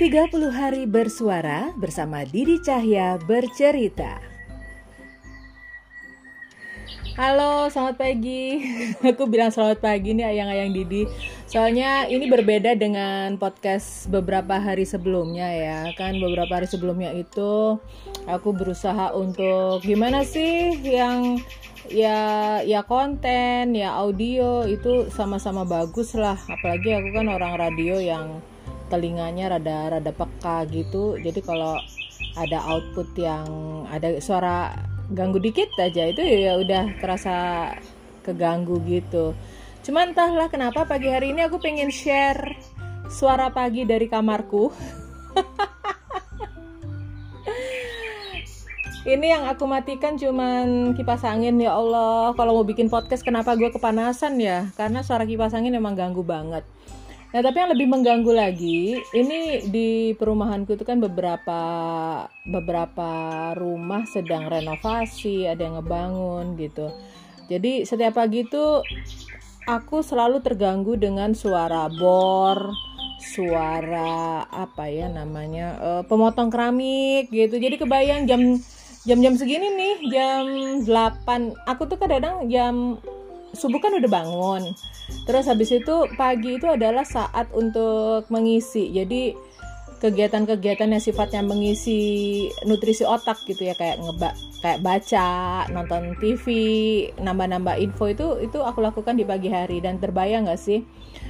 30 hari bersuara bersama Didi Cahya bercerita. Halo, selamat pagi. Aku bilang selamat pagi nih ayang-ayang Didi. Soalnya ini berbeda dengan podcast beberapa hari sebelumnya ya. Kan beberapa hari sebelumnya itu aku berusaha untuk gimana sih yang ya konten, ya audio itu sama-sama bagus lah. Apalagi aku kan orang radio yang telinganya rada peka gitu. Jadi kalau ada output yang ada suara ganggu dikit aja itu ya udah terasa keganggu gitu. Cuman entahlah kenapa pagi hari ini aku pengen share suara pagi dari kamarku. Ini yang aku matikan cuman kipas angin. Ya Allah, kalau mau bikin podcast kenapa gue kepanasan ya? Karena suara kipas angin memang ganggu banget. Nah, tapi yang lebih mengganggu lagi, ini di perumahanku itu kan beberapa rumah sedang renovasi, ada yang ngebangun gitu. Jadi setiap pagi itu aku selalu terganggu dengan suara bor, suara pemotong keramik gitu. Jadi kebayang jam segini nih, jam 8. Aku tuh kadang jam subuh kan udah bangun. Terus habis itu pagi itu adalah saat untuk mengisi. Jadi kegiatan-kegiatan yang sifatnya mengisi nutrisi otak gitu ya, kayak baca, nonton TV, nambah-nambah info itu aku lakukan di pagi hari. Dan terbayang gak sih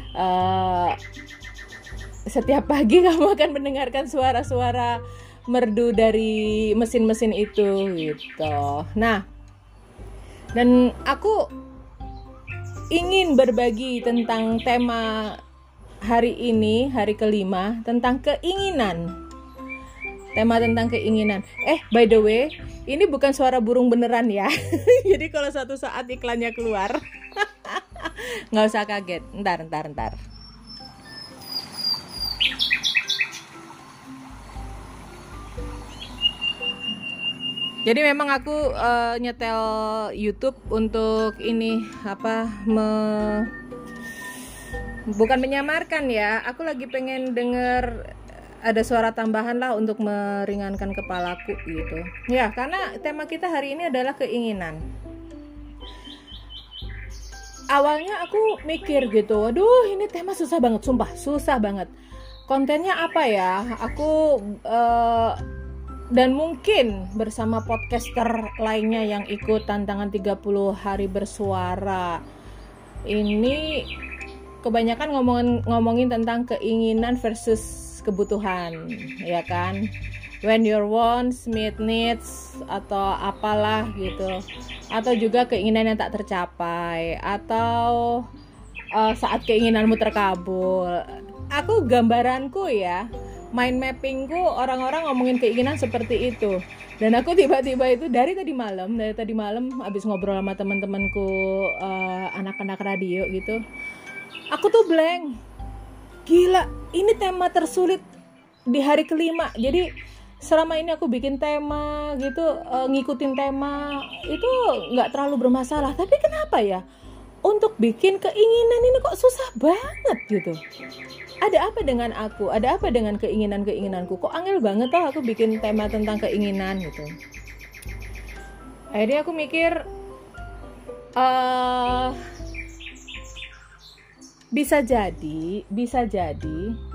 setiap pagi kamu akan mendengarkan suara-suara merdu dari mesin-mesin itu gitu. Nah, dan aku ingin berbagi tentang tema hari ini, hari kelima, tentang keinginan. Tema tentang keinginan. By the way, ini bukan suara burung beneran ya. Jadi kalau suatu saat iklannya keluar, nggak usah kaget. Ntar. Jadi memang aku nyetel YouTube untuk ini bukan menyamarkan ya. Aku lagi pengen denger ada suara tambahan lah untuk meringankan kepalaku gitu. Ya, karena tema kita hari ini adalah keinginan. Awalnya aku mikir gitu, waduh ini tema susah banget, sumpah susah banget. Kontennya apa ya? Aku dan mungkin bersama podcaster lainnya yang ikut tantangan 30 hari bersuara ini kebanyakan ngomongin tentang keinginan versus kebutuhan, ya kan? When your wants meet needs atau apalah gitu, atau juga keinginan yang tak tercapai, atau saat keinginanmu terkabul. Aku gambaranku ya, mind mappingku orang-orang ngomongin keinginan seperti itu. Dan aku tiba-tiba itu dari tadi malam abis ngobrol sama teman-temanku anak-anak radio gitu, aku tuh blank. Gila, ini tema tersulit di hari kelima. Jadi selama ini aku bikin tema gitu, ngikutin tema itu nggak terlalu bermasalah. Tapi kenapa ya untuk bikin keinginan ini kok susah banget gitu? Ada apa dengan aku? Ada apa dengan keinginanku? Kok angel banget toh aku bikin tema tentang keinginan gitu. Akhirnya aku mikir bisa jadi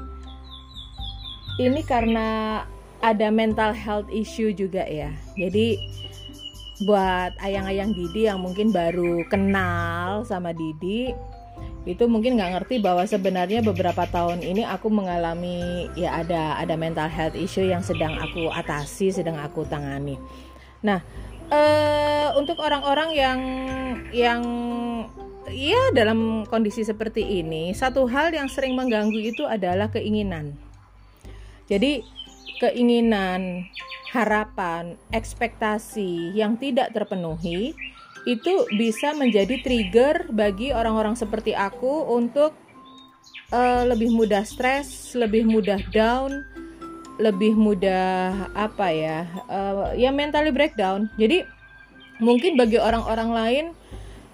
ini karena ada mental health issue juga ya. Jadi buat ayang-ayang Didi yang mungkin baru kenal sama Didi, itu mungkin nggak ngerti bahwa sebenarnya beberapa tahun ini aku mengalami ya ada mental health issue yang sedang aku atasi, sedang aku tangani. Nah, untuk orang-orang yang ya dalam kondisi seperti ini, satu hal yang sering mengganggu itu adalah keinginan. Jadi keinginan, harapan, ekspektasi yang tidak terpenuhi itu bisa menjadi trigger bagi orang-orang seperti aku untuk lebih mudah stres, lebih mudah down, lebih mudah mentally breakdown. Jadi mungkin bagi orang-orang lain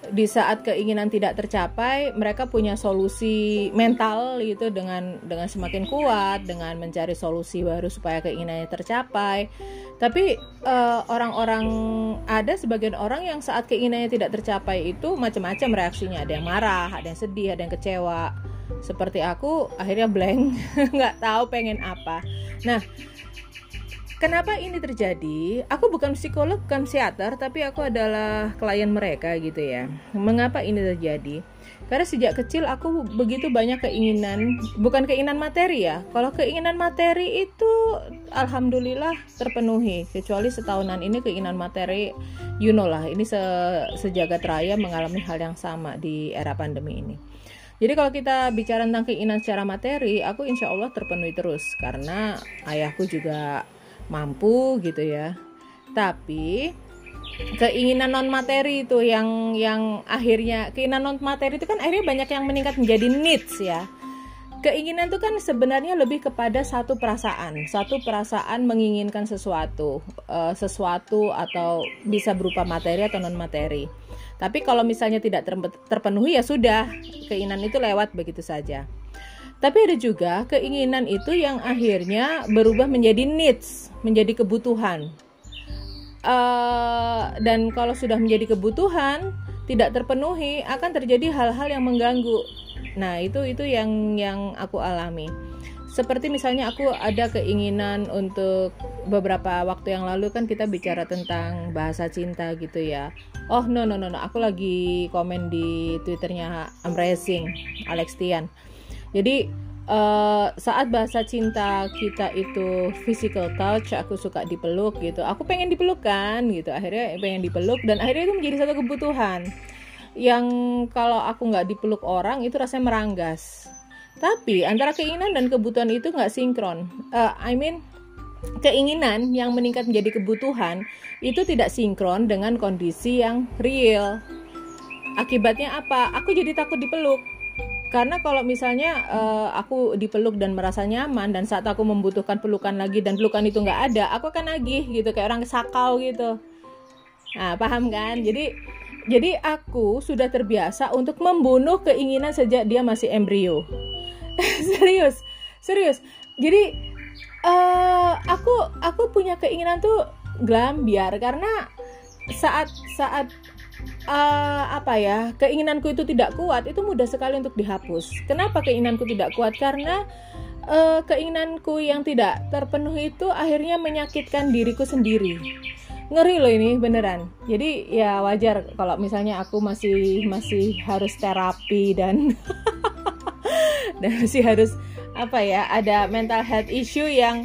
di saat keinginan tidak tercapai, mereka punya solusi mental gitu dengan semakin kuat, dengan mencari solusi baru supaya keinginannya tercapai. Tapi orang-orang, ada sebagian orang yang saat keinginannya tidak tercapai itu macam-macam reaksinya. Ada yang marah, ada yang sedih, ada yang kecewa. Seperti aku, akhirnya blank, nggak tahu pengen apa. Nah, kenapa ini terjadi? Aku bukan psikolog, bukan psikiater, tapi aku adalah klien mereka gitu ya. Mengapa ini terjadi? Karena sejak kecil aku begitu banyak keinginan, bukan keinginan materi ya. Kalau keinginan materi itu alhamdulillah terpenuhi. Kecuali setahunan ini keinginan materi, you know lah, ini sejagat raya mengalami hal yang sama di era pandemi ini. Jadi kalau kita bicara tentang keinginan secara materi, aku insya Allah terpenuhi terus. Karena ayahku juga mampu gitu ya. Tapi keinginan non materi itu yang akhirnya, keinginan non materi itu kan akhirnya banyak yang meningkat menjadi needs ya. Keinginan itu kan sebenarnya lebih kepada satu perasaan menginginkan sesuatu atau bisa berupa materi atau non materi. Tapi kalau misalnya tidak terpenuhi ya sudah, keinginan itu lewat begitu saja. Tapi ada juga keinginan itu yang akhirnya berubah menjadi needs, menjadi kebutuhan. Dan kalau sudah menjadi kebutuhan, tidak terpenuhi, akan terjadi hal-hal yang mengganggu. Nah, itu yang aku alami. Seperti misalnya aku ada keinginan untuk beberapa waktu yang lalu kan kita bicara tentang bahasa cinta gitu ya. Oh no, aku lagi komen di Twitternya Amazing Alex Tian. Jadi saat bahasa cinta kita itu physical touch, aku suka dipeluk gitu. Aku pengen dipeluk kan gitu. Akhirnya pengen dipeluk dan akhirnya itu menjadi satu kebutuhan. Yang kalau aku nggak dipeluk orang itu rasanya meranggas. Tapi antara keinginan dan kebutuhan itu nggak sinkron. Keinginan yang meningkat menjadi kebutuhan itu tidak sinkron dengan kondisi yang real. Akibatnya apa? Aku jadi takut dipeluk. Karena kalau misalnya aku dipeluk dan merasa nyaman, dan saat aku membutuhkan pelukan lagi dan pelukan itu nggak ada, aku akan nagih gitu, kayak orang sakau gitu. Nah, paham kan? Jadi aku sudah terbiasa untuk membunuh keinginan sejak dia masih embrio. serius. Jadi aku punya keinginan tuh glambiar karena saat keinginanku itu tidak kuat, itu mudah sekali untuk dihapus. Kenapa keinginanku tidak kuat? Karena keinginanku yang tidak terpenuhi itu akhirnya menyakitkan diriku sendiri. Ngeri loh ini beneran. Jadi ya wajar kalau misalnya aku masih harus terapi dan masih harus ada mental health issue yang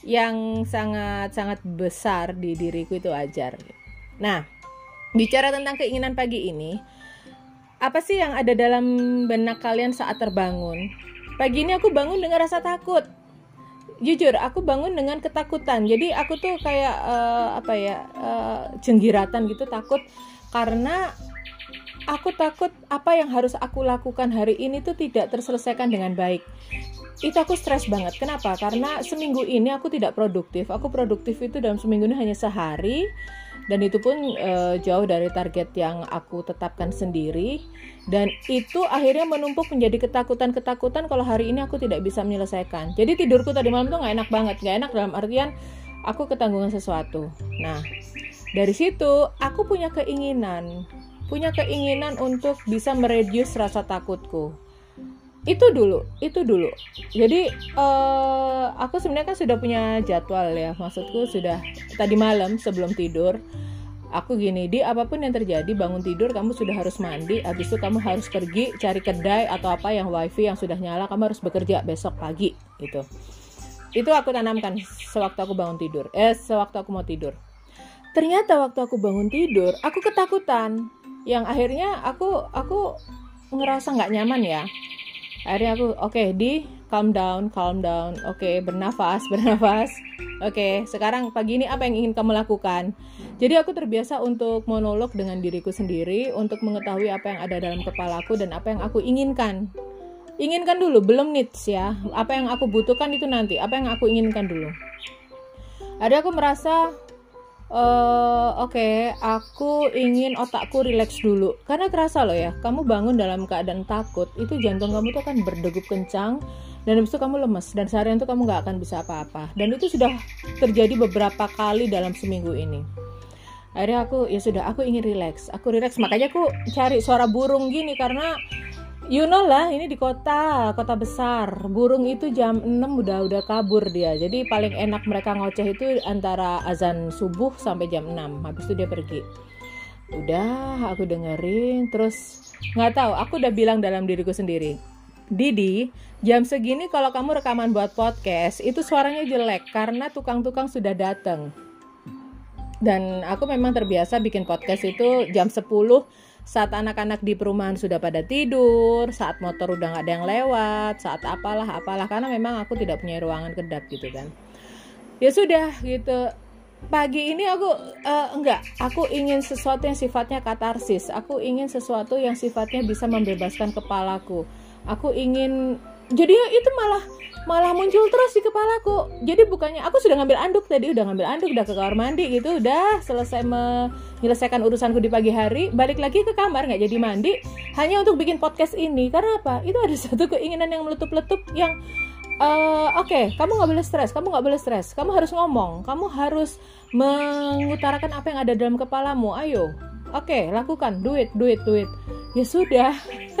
sangat besar di diriku, itu wajar. Nah, bicara tentang keinginan pagi ini, apa sih yang ada dalam benak kalian saat terbangun? Pagi ini aku bangun dengan rasa takut. Jujur, aku bangun dengan ketakutan. Jadi aku tuh kayak jenggiratan gitu, takut karena aku takut apa yang harus aku lakukan hari ini tuh tidak terselesaikan dengan baik. Itu aku stres banget. Kenapa? Karena seminggu ini aku tidak produktif. Aku produktif itu dalam seminggu ini hanya sehari. Dan itu pun jauh dari target yang aku tetapkan sendiri. Dan itu akhirnya menumpuk menjadi ketakutan kalau hari ini aku tidak bisa menyelesaikan. Jadi tidurku tadi malam tuh gak enak banget. Gak enak dalam artian aku ketanggungan sesuatu. Nah, dari situ aku punya keinginan untuk bisa mereduce rasa takutku. Itu dulu. Jadi aku sebenarnya kan sudah punya jadwal ya. Maksudku sudah tadi malam sebelum tidur, aku gini, apapun yang terjadi, bangun tidur kamu sudah harus mandi. Habis itu kamu harus pergi cari kedai atau apa yang wifi yang sudah nyala. Kamu harus bekerja besok pagi gitu. Itu aku tanamkan sewaktu aku bangun tidur. Sewaktu aku mau tidur. Ternyata waktu aku bangun tidur, aku ketakutan. Yang akhirnya aku ngerasa nggak nyaman ya. Akhirnya aku calm down. Oke, bernafas. Oke, sekarang pagi ini apa yang ingin kamu lakukan? Jadi aku terbiasa untuk monolog dengan diriku sendiri, untuk mengetahui apa yang ada dalam kepalaku dan apa yang aku inginkan. Inginkan dulu, belum needs ya. Apa yang aku butuhkan itu nanti, apa yang aku inginkan dulu. Akhirnya aku merasa Oke, aku ingin otakku rileks dulu. Karena kerasa loh ya, kamu bangun dalam keadaan takut, itu jantung kamu tuh akan berdegup kencang, dan habis itu kamu lemes, dan seharian tuh kamu gak akan bisa apa-apa. Dan itu sudah terjadi beberapa kali dalam seminggu ini. Akhirnya aku ingin rileks. Aku rileks, makanya aku cari suara burung gini, karena you know lah, ini di kota besar. Burung itu jam 6 udah kabur dia. Jadi paling enak mereka ngoceh itu antara azan subuh sampai jam 6. Habis itu dia pergi. Udah, aku dengerin. Terus nggak tahu, aku udah bilang dalam diriku sendiri, Didi, jam segini kalau kamu rekaman buat podcast, itu suaranya jelek karena tukang-tukang sudah datang. Dan aku memang terbiasa bikin podcast itu jam 10 saat anak-anak di perumahan sudah pada tidur, saat motor udah gak ada yang lewat, saat apalah, karena memang aku tidak punya ruangan kedap gitu kan. Ya sudah gitu, pagi ini aku ingin sesuatu yang sifatnya katarsis. Aku ingin sesuatu yang sifatnya bisa membebaskan kepalaku. Aku ingin, jadi itu malah muncul terus di kepalaku. Jadi bukannya aku sudah ngambil anduk udah ke kamar mandi gitu, udah selesai menyelesaikan urusanku di pagi hari, balik lagi ke kamar, nggak jadi mandi hanya untuk bikin podcast ini. Karena apa? Itu ada satu keinginan yang meletup-letup yang oke, kamu nggak boleh stres, kamu harus ngomong, kamu harus mengutarakan apa yang ada dalam kepalamu. Ayo, oke, lakukan, do it. Ya sudah.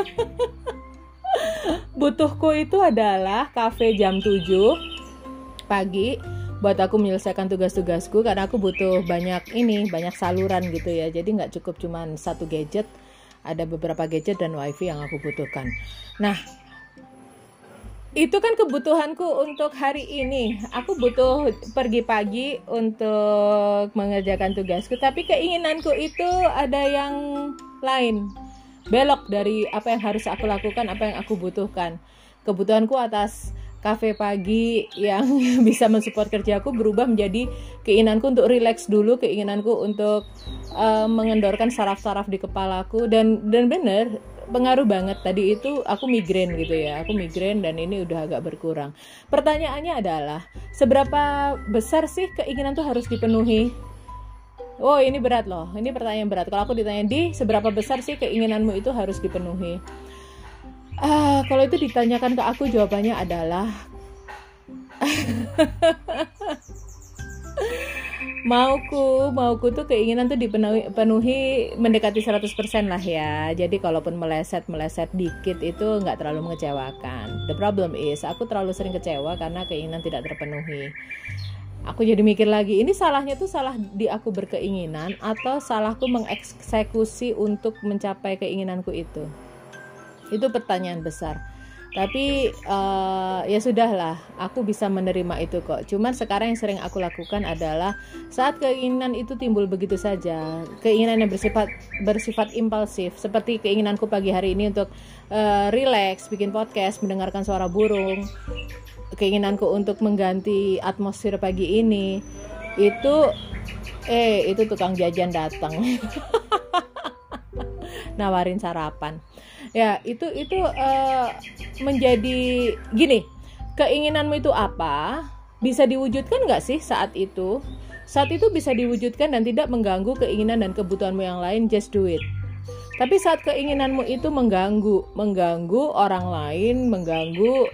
Butuhku itu adalah kafe jam 7 pagi buat aku menyelesaikan tugas-tugasku, karena aku butuh banyak saluran gitu ya. Jadi nggak cukup cuman satu gadget, ada beberapa gadget dan wifi yang aku butuhkan. Nah, itu kan kebutuhanku untuk hari ini. Aku butuh pergi pagi untuk mengerjakan tugasku, tapi keinginanku itu ada yang lain, belok dari apa yang harus aku lakukan, apa yang aku butuhkan. Kebutuhanku atas kafe pagi yang bisa mensupport kerjaku berubah menjadi keinginanku untuk relax dulu, keinginanku untuk mengendorkan saraf-saraf di kepalaku, dan bener pengaruh banget. Tadi itu aku migrain gitu ya, dan ini udah agak berkurang. Pertanyaannya adalah, seberapa besar sih keinginan tuh harus dipenuhi? Oh, ini berat loh, ini pertanyaan berat. Kalau aku ditanya, di seberapa besar sih keinginanmu itu harus dipenuhi? Kalau itu ditanyakan ke aku, jawabannya adalah mauku tuh keinginan tuh dipenuhi mendekati 100% lah ya. Jadi kalaupun meleset dikit itu nggak terlalu mengecewakan. The problem is, aku terlalu sering kecewa karena keinginan tidak terpenuhi. Aku jadi mikir lagi, ini salahnya tuh salah di aku berkeinginan atau salahku mengeksekusi untuk mencapai keinginanku itu? Itu pertanyaan besar. Tapi ya sudahlah, aku bisa menerima itu kok. Cuman sekarang yang sering aku lakukan adalah saat keinginan itu timbul begitu saja, keinginan yang bersifat impulsif, seperti keinginanku pagi hari ini untuk relax, bikin podcast, mendengarkan suara burung, keinginanku untuk mengganti atmosfer pagi ini, itu tukang jajan datang nawarin sarapan. Ya, itu menjadi gini, keinginanmu itu apa? Bisa diwujudkan nggak sih saat itu? Saat itu bisa diwujudkan dan tidak mengganggu keinginan dan kebutuhanmu yang lain, just do it. Tapi saat keinginanmu itu mengganggu orang lain, mengganggu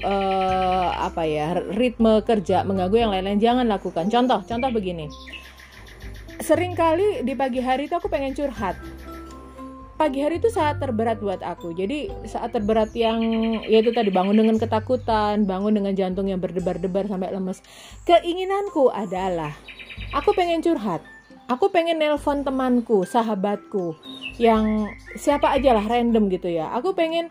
ritme kerja, mengganggu yang lain-lain, jangan lakukan. Contoh begini. Seringkali di pagi hari itu aku pengen curhat. Pagi hari itu saat terberat buat aku. Jadi saat terberat yang yaitu tadi, bangun dengan ketakutan, bangun dengan jantung yang berdebar-debar sampai lemes. Keinginanku adalah aku pengen curhat. Aku pengen nelpon temanku, sahabatku, yang siapa aja lah, random gitu ya. Aku pengen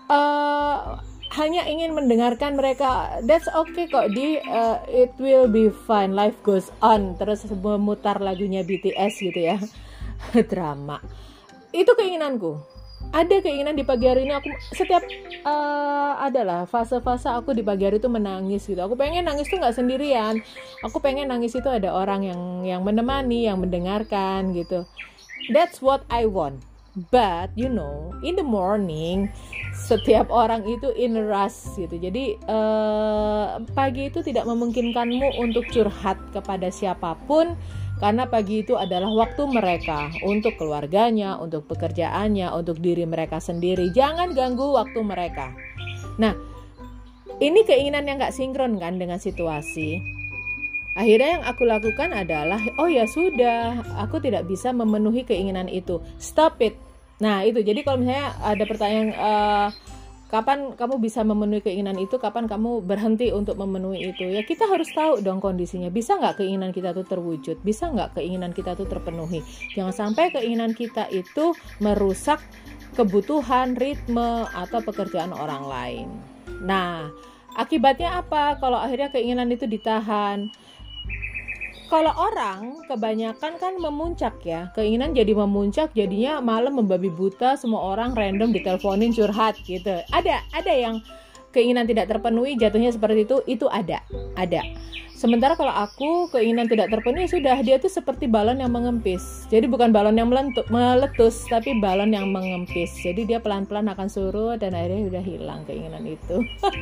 hanya ingin mendengarkan mereka. That's okay kok, it will be fine, life goes on. Terus memutar lagunya BTS gitu ya. Drama. Itu keinginanku. Ada keinginan di pagi hari ini, aku setiap adalah fase-fase aku di pagi hari itu menangis gitu. Aku pengen nangis tuh nggak sendirian. Aku pengen nangis itu ada orang yang menemani, yang mendengarkan gitu. That's what I want. But you know, in the morning setiap orang itu in rush gitu. Jadi pagi itu tidak memungkinkanmu untuk curhat kepada siapapun Karena pagi itu adalah waktu mereka untuk keluarganya, untuk pekerjaannya, untuk diri mereka sendiri. Jangan ganggu waktu mereka. Nah, ini keinginan yang gak sinkron kan dengan situasi. Akhirnya yang aku lakukan adalah, oh ya sudah, aku tidak bisa memenuhi keinginan itu. Stop it. Nah itu, jadi kalau misalnya ada pertanyaan, kapan kamu bisa memenuhi keinginan itu, kapan kamu berhenti untuk memenuhi itu, ya kita harus tahu dong kondisinya. Bisa nggak keinginan kita itu terwujud, bisa nggak keinginan kita itu terpenuhi. Jangan sampai keinginan kita itu merusak kebutuhan, ritme, atau pekerjaan orang lain. Nah, akibatnya apa kalau akhirnya keinginan itu ditahan? Kalau orang kebanyakan kan memuncak ya, keinginan jadi memuncak, jadinya malam membabi buta, semua orang random diteleponin curhat gitu. Ada yang keinginan tidak terpenuhi jatuhnya seperti itu ada. Sementara kalau aku keinginan tidak terpenuhi, sudah, dia tuh seperti balon yang mengempis. Jadi bukan balon yang meletus, tapi balon yang mengempis. Jadi dia pelan-pelan akan surut dan akhirnya udah hilang keinginan itu.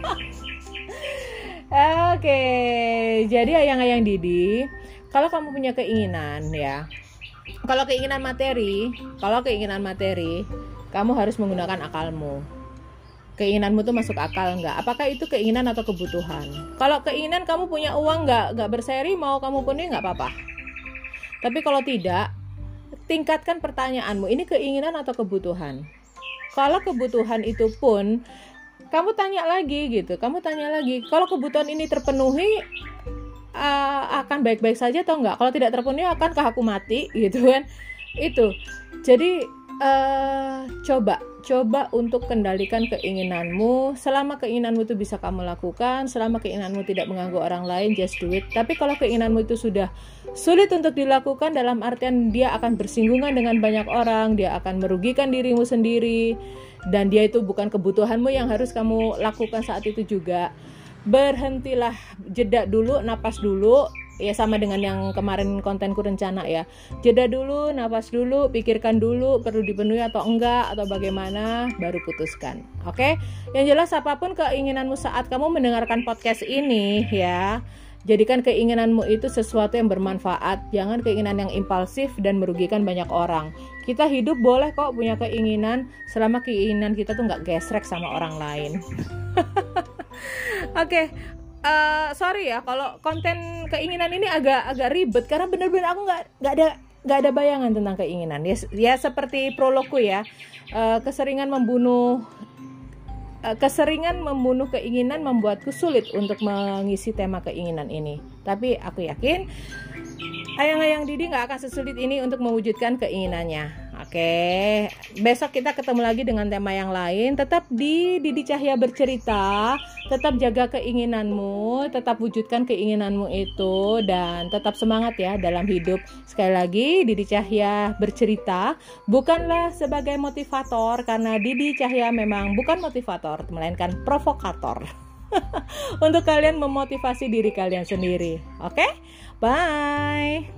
Oke, jadi ayang-ayang Didi, kalau kamu punya keinginan ya, kalau keinginan materi, kamu harus menggunakan akalmu. Keinginanmu tuh masuk akal nggak? Apakah itu keinginan atau kebutuhan? Kalau keinginan kamu punya uang nggak berseri, mau kamu penuhi nggak apa-apa. Tapi kalau tidak, tingkatkan pertanyaanmu, ini keinginan atau kebutuhan? Kalau kebutuhan itu pun kamu tanya lagi gitu, kalau kebutuhan ini terpenuhi, akan baik-baik saja atau enggak? Kalau tidak terpenuhi, akankah aku mati gitu kan? Itu. Jadi coba untuk kendalikan keinginanmu. Selama keinginanmu itu bisa kamu lakukan, selama keinginanmu tidak mengganggu orang lain, just do it. Tapi kalau keinginanmu itu sudah sulit untuk dilakukan, dalam artian dia akan bersinggungan dengan banyak orang, dia akan merugikan dirimu sendiri, dan dia itu bukan kebutuhanmu yang harus kamu lakukan saat itu juga, berhentilah, jeda dulu, napas dulu. Ya sama dengan yang kemarin kontenku rencana ya. Jeda dulu, napas dulu, pikirkan dulu perlu dipenuhi atau enggak, atau bagaimana, baru putuskan. Oke? Yang jelas apapun keinginanmu saat kamu mendengarkan podcast ini ya, jadikan keinginanmu itu sesuatu yang bermanfaat. Jangan keinginan yang impulsif dan merugikan banyak orang. Kita hidup boleh kok punya keinginan, selama keinginan kita tuh nggak gesrek sama orang lain. Oke. Sorry ya kalau konten keinginan ini agak ribet, karena benar-benar aku nggak ada bayangan tentang keinginan. Ya seperti prologku ya, keseringan membunuh keinginan membuatku sulit untuk mengisi tema keinginan ini. Tapi aku yakin ayang-ayang Didi nggak akan sesulit ini untuk mewujudkan keinginannya. Oke, besok kita ketemu lagi dengan tema yang lain. Tetap di Didi Cahya Bercerita, tetap jaga keinginanmu, tetap wujudkan keinginanmu itu, dan tetap semangat ya dalam hidup. Sekali lagi, Didi Cahya Bercerita bukanlah sebagai motivator, karena Didi Cahya memang bukan motivator, melainkan provokator. Untuk kalian memotivasi diri kalian sendiri. Oke? Bye.